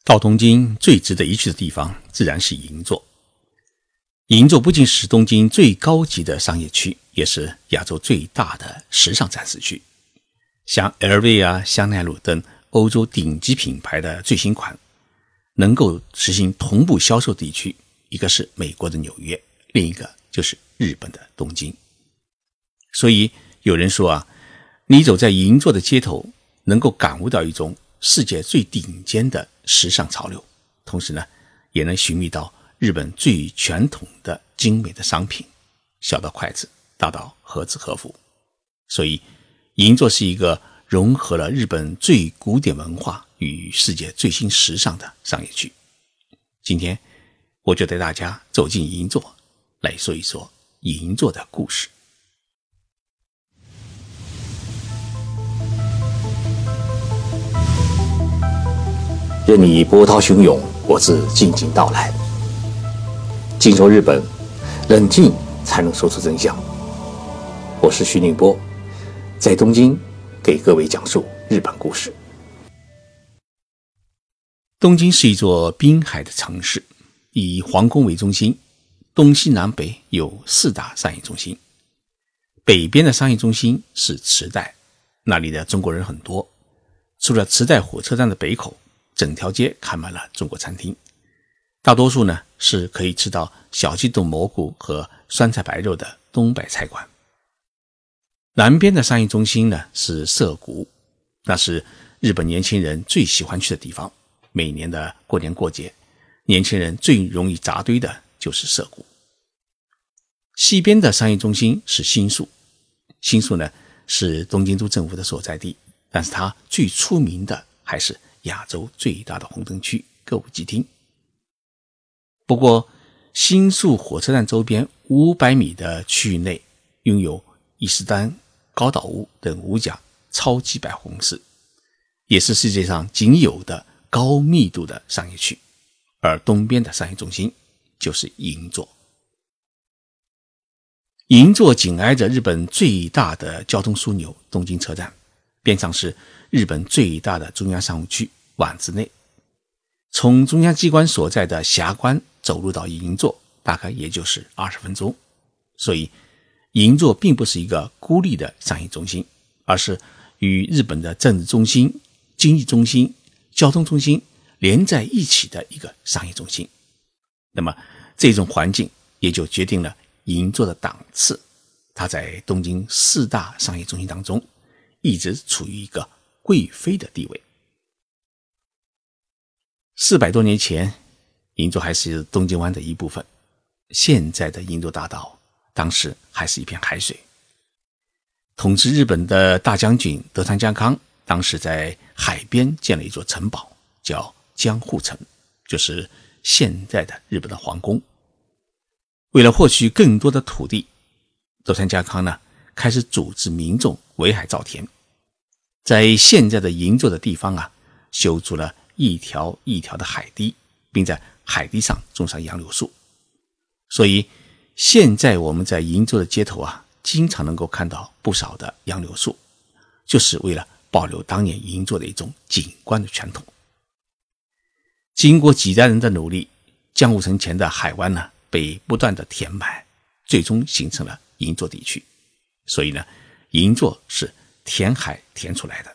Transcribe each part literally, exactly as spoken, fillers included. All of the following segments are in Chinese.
到东京最值得一去的地方自然是银座。银座不仅是东京最高级的商业区，也是亚洲最大的时尚展示区。像 L V 啊、香奈儿等欧洲顶级品牌的最新款能够实行同步销售地区，一个是美国的纽约，另一个就是日本的东京。所以有人说啊，你走在银座的街头，能够感悟到一种世界最顶尖的时尚潮流，同时呢，也能寻觅到日本最传统的精美的商品，小到筷子，大到和子和服。所以银座是一个融合了日本最古典文化与世界最新时尚的商业区。今天我就带大家走进银座，来说一说银座的故事。 任你波涛汹涌，我自静静到来。静说日本，冷静才能说出真相。我是徐宁波，在东京给各位讲述日本故事。 东京是一座滨海的城市，以皇宫为中心，东西南北有四大商业中心。北边的商业中心是池袋，那里的中国人很多。除了池袋火车站的北口，整条街开满了中国餐厅，大多数呢是可以吃到小鸡炖蘑菇和酸菜白肉的东北菜馆。南边的商业中心呢是涩谷，那是日本年轻人最喜欢去的地方。每年的过年过节，年轻人最容易扎堆的就是涩谷。西边的商业中心是新宿，新宿呢是东京都政府的所在地，但是它最出名的还是亚洲最大的红灯区歌舞伎町。不过新宿火车站周边五百米的区域内拥有伊势丹、高岛屋等五家超级百货公司，也是世界上仅有的高密度的商业区。而东边的商业中心就是银座。银座紧挨着日本最大的交通枢纽东京车站，边上是日本最大的中央商务区丸子内。从中央机关所在的霞关走路到银座大概也就是二十分钟。所以银座并不是一个孤立的商业中心，而是与日本的政治中心、经济中心、交通中心连在一起的一个商业中心。那么这种环境也就决定了银座的档次，它在东京四大商业中心当中一直处于一个贵妃的地位。四百多年前，银座还是东京湾的一部分，现在的银座大道当时还是一片海水。统治日本的大将军德川家康当时在海边建了一座城堡，叫江户城，就是现在的日本的皇宫。为了获取更多的土地，德川家康呢开始组织民众围海造田，在现在的银座的地方啊，修筑了一条一条的海堤，并在海堤上种上杨柳树。所以现在我们在银座的街头啊，经常能够看到不少的杨柳树，就是为了保留当年银座的一种景观的传统。经过几代人的努力，江户城前的海湾呢被不断的填满，最终形成了银座地区。所以呢，银座是填海填出来的。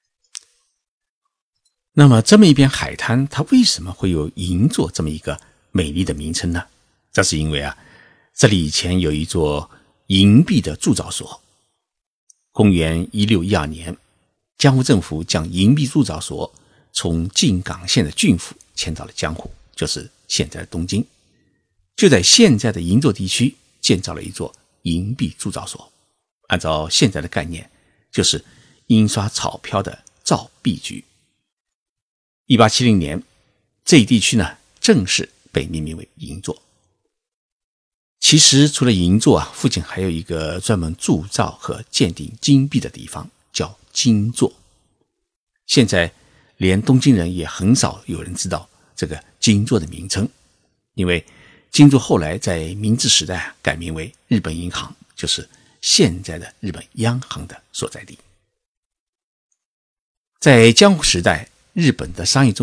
那么这么一片海滩，它为什么会有银座这么一个美丽的名称呢？这是因为啊，这里以前有一座银币的铸造所。公元一六一二年，江户政府将银币铸造所从静冈县的郡府迁到了江户，就是现在的东京。就在现在的银座地区建造了一座银币铸造所，按照现在的概念，就是印刷钞票的造币局。一八七零年，这一地区呢正式被命名为银座。其实除了银座啊，附近还有一个专门铸造和鉴定金币的地方，叫金座。现在连东京人也很少有人知道这个金座的名称，因为金座后来在明治时代、啊、改名为日本银行，就是现在的日本央行的所在地。在江户时代，日本的商业中心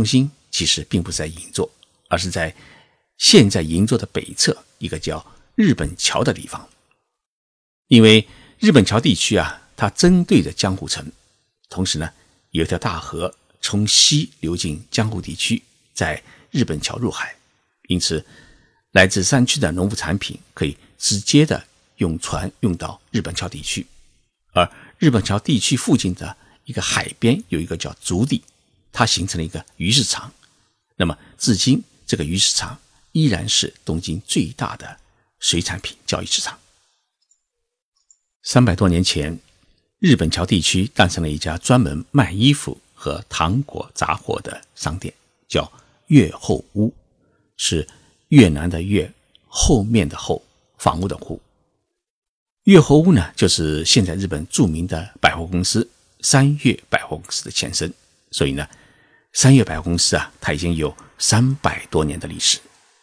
其实并不是在银座，而是在现在银座的北侧一个叫日本桥的地方。因为日本桥地区啊，它针对着江户城，同时呢，有一条大河从西流进江户地区，在日本桥入海，因此来自山区的农副产品可以直接的用船运到日本桥地区。而日本桥地区附近的一个海边有一个叫竹地，它形成了一个鱼市场。那么至今这个鱼市场依然是东京最大的水产品交易市场。三百多年前，日本桥地区诞生了一家专门卖衣服和糖果杂货的商店，叫越后屋，是越南的越，后面的后，房屋的户。越后屋呢，就是现在日本著名的百货公司三越百货公司的前身，所以呢，三越百货公司啊，它已经有三百多年的历史。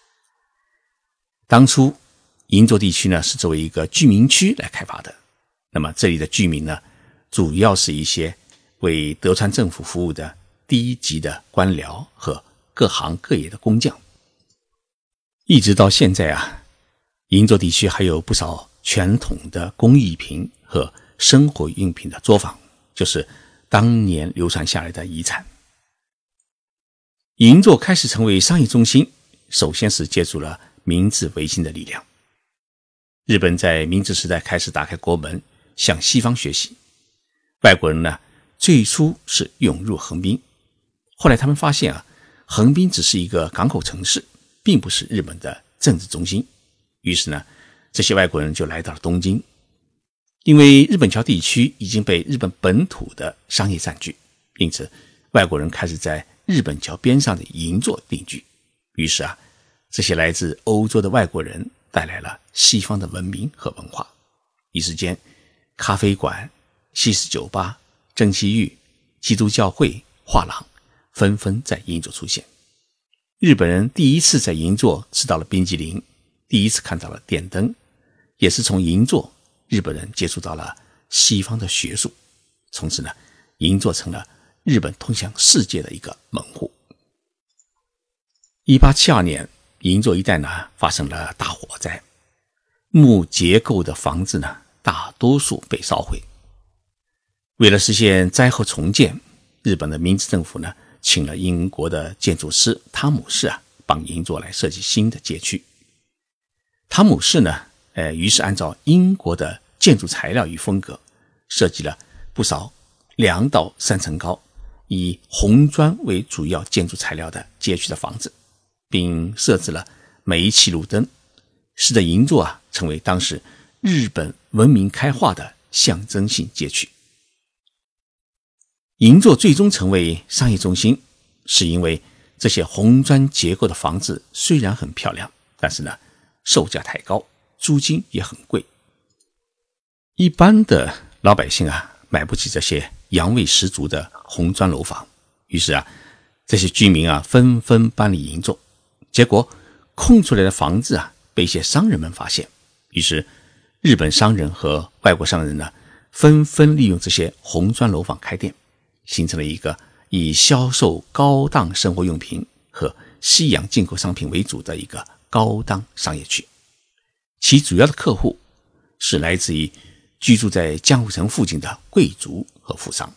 当初银座地区呢，是作为一个居民区来开发的。那么这里的居民呢，主要是一些为德川政府服务的低级的官僚和各行各业的工匠。一直到现在啊，银座地区还有不少传统的工艺品和生活用品的作坊，就是当年流传下来的遗产。银座开始成为商业中心，首先是借助了明治维新的力量。日本在明治时代开始打开国门，向西方学习。外国人呢，最初是涌入横滨，后来他们发现啊，横滨只是一个港口城市，并不是日本的政治中心。于是呢，这些外国人就来到了东京。因为日本桥地区已经被日本本土的商业占据，因此外国人开始在日本桥边上的银座定居。于是啊，这些来自欧洲的外国人带来了西方的文明和文化。一时间，咖啡馆、西式酒吧、蒸汽浴、基督教会、画廊纷纷在银座出现。日本人第一次在银座吃到了冰激凌，第一次看到了电灯，也是从银座日本人接触到了西方的学术。从此呢，银座成了日本通向世界的一个门户。一八七二年，银座一带呢发生了大火灾，木结构的房子呢大多数被烧毁。为了实现灾后重建，日本的明治政府呢请了英国的建筑师汤姆士啊，帮银座来设计新的街区。汤姆士呢，呃，于是按照英国的建筑材料与风格，设计了不少两到三层高，以红砖为主要建筑材料的街区的房子，并设置了煤气路灯，使得银座啊成为当时日本文明开化的象征性街区。银座最终成为商业中心，是因为这些红砖结构的房子虽然很漂亮，但是呢，售价太高，租金也很贵。一般的老百姓啊，买不起这些洋味十足的红砖楼房，于是啊，这些居民啊纷纷搬离银座。结果空出来的房子啊，被一些商人们发现，于是日本商人和外国商人呢，纷纷利用这些红砖楼房开店，形成了一个以销售高档生活用品和西洋进口商品为主的一个高档商业区。其主要的客户是来自于居住在江户城附近的贵族和富商。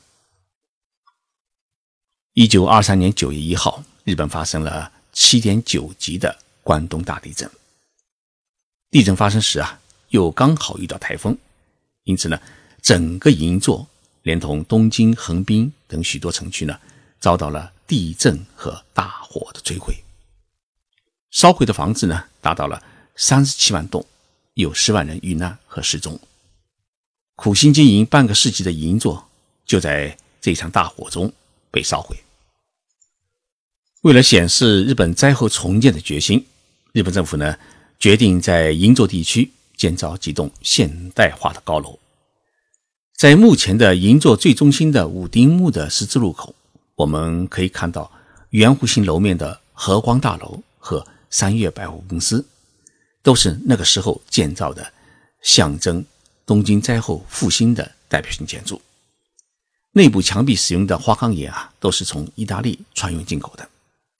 一九二三年九月一号，日本发生了 七点九 级的关东大地震。地震发生时啊，又刚好遇到台风，因此呢，整个银座连同东京、横滨等许多城区呢，遭到了地震和大火的摧毁。烧毁的房子呢，达到了三十七万栋，有十万人遇难和失踪。苦心经营半个世纪的银座，就在这场大火中被烧毁。为了显示日本灾后重建的决心，日本政府呢，决定在银座地区建造几栋现代化的高楼。在目前的银座最中心的五丁目的十字路口，我们可以看到圆弧形楼面的和光大楼和三越百货公司，都是那个时候建造的，象征东京灾后复兴的代表性建筑。内部墙壁使用的花岗岩啊，都是从意大利船运进口的。现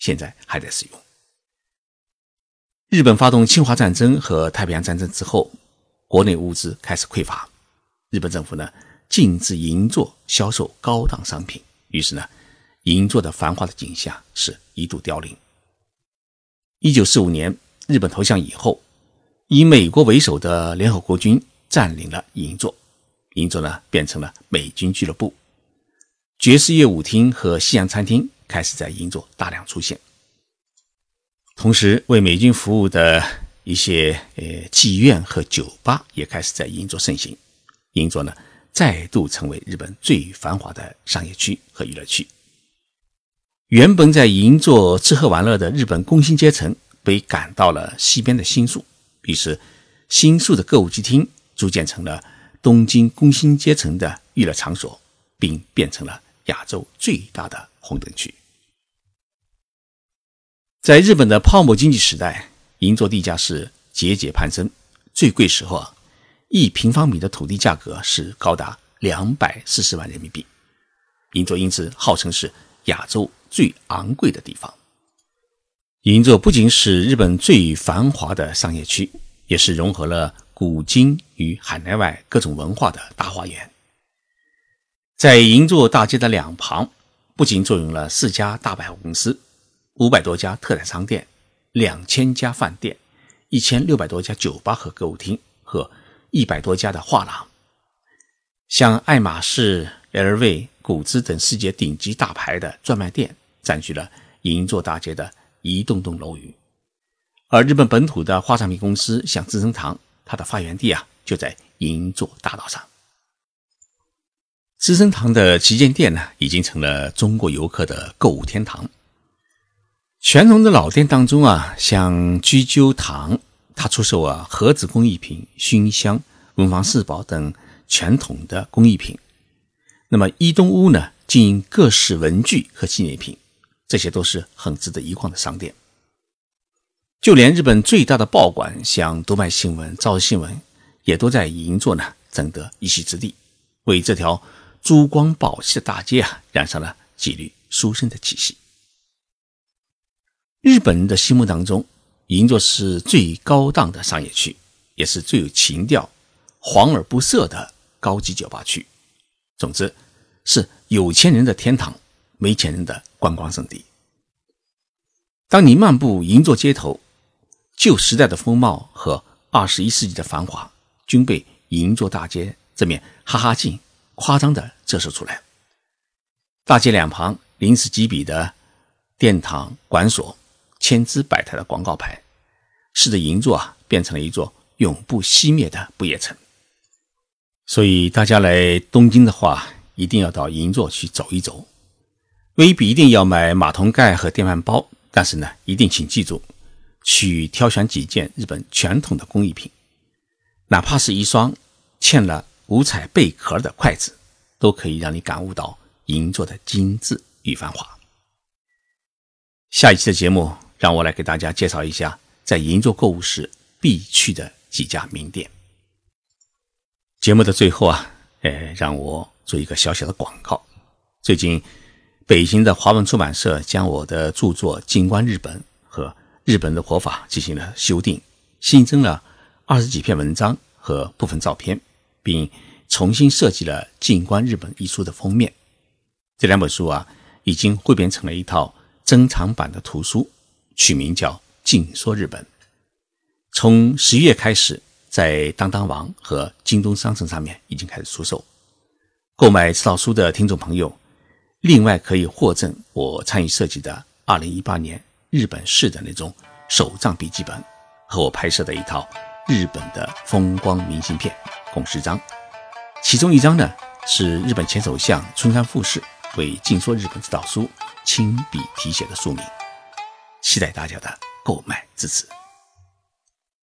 现在还在使用。日本发动侵华战争和太平洋战争之后，国内物资开始匮乏，日本政府呢禁止银座销售高档商品，于是呢银座的繁华的景象是一度凋零。一九四五年日本投降以后，以美国为首的联合国军占领了银座，银座呢变成了美军俱乐部，爵士乐舞厅和西洋餐厅开始在银座大量出现。同时为美军服务的一些呃妓院和酒吧也开始在银座盛行，银座呢再度成为日本最繁华的商业区和娱乐区。原本在银座吃喝玩乐的日本工薪阶层被赶到了西边的新宿，于是新宿的歌舞伎町逐渐成了东京工薪阶层的娱乐场所，并变成了亚洲最大的红灯区。在日本的泡沫经济时代，银座地价是节节攀升，最贵时候啊，一平方米的土地价格是高达两百四十万人民币。银座因此号称是亚洲最昂贵的地方。银座不仅是日本最繁华的商业区，也是融合了古今与海内外各种文化的大花园。在银座大街的两旁，不仅坐拥了四家大百货公司、五百多家特产商店、两千家饭店、一千六百多家酒吧和歌舞厅和一百多家的画廊。像爱马仕、L V、古兹等世界顶级大牌的专卖店占据了银座大街的一栋栋楼宇。而日本本土的化妆品公司像资生堂，它的发源地啊就在银座大道上。资生堂的旗舰店呢，已经成了中国游客的购物天堂。传统的老店当中啊，像居酒堂，它出售啊盒子工艺品、熏香、文房四宝等传统的工艺品。那么伊东屋呢，经营各式文具和纪念品，这些都是很值得一逛的商店。就连日本最大的报馆，像读卖新闻、朝日新闻，也都在银座呢争得一席之地，为这条珠光宝气的大街啊染上了几缕书生的气息。日本人的心目当中，银座是最高档的商业区，也是最有情调、黄而不涩的高级酒吧区。总之，是有钱人的天堂，没钱人的观光胜地。当你漫步银座街头，旧时代的风貌和二十一世纪的繁华均被银座大街这面哈哈镜夸张地折射出来。大街两旁鳞次栉比的殿堂、馆所，千姿百态的广告牌，使得银座啊变成了一座永不熄灭的不夜城。所以大家来东京的话，一定要到银座去走一走，未必一定要买马桶盖和电饭煲，但是呢，一定请记住，去挑选几件日本传统的工艺品，哪怕是一双嵌了五彩贝壳的筷子，都可以让你感悟到银座的精致与繁华。下一期的节目，让我来给大家介绍一下在银座购物时必去的几家名店。节目的最后啊，呃，让我做一个小小的广告。最近北京的华文出版社将我的著作《静观日本》和日本的活法进行了修订，新增了二十几篇文章和部分照片，并重新设计了《静观日本》一书的封面。这两本书啊，已经汇编成了一套珍藏版的图书，取名叫《静说日本》。从十一月开始，在当当网和京东商城上面已经开始出售。购买这套书的听众朋友，另外可以获赠我参与设计的二零一八年日本式的那种手账笔记本，和我拍摄的一套日本的风光明信片，共十张。其中一张呢，是日本前首相村山富士为《静说日本》这套书亲笔题写的书名，期待大家的购买支持。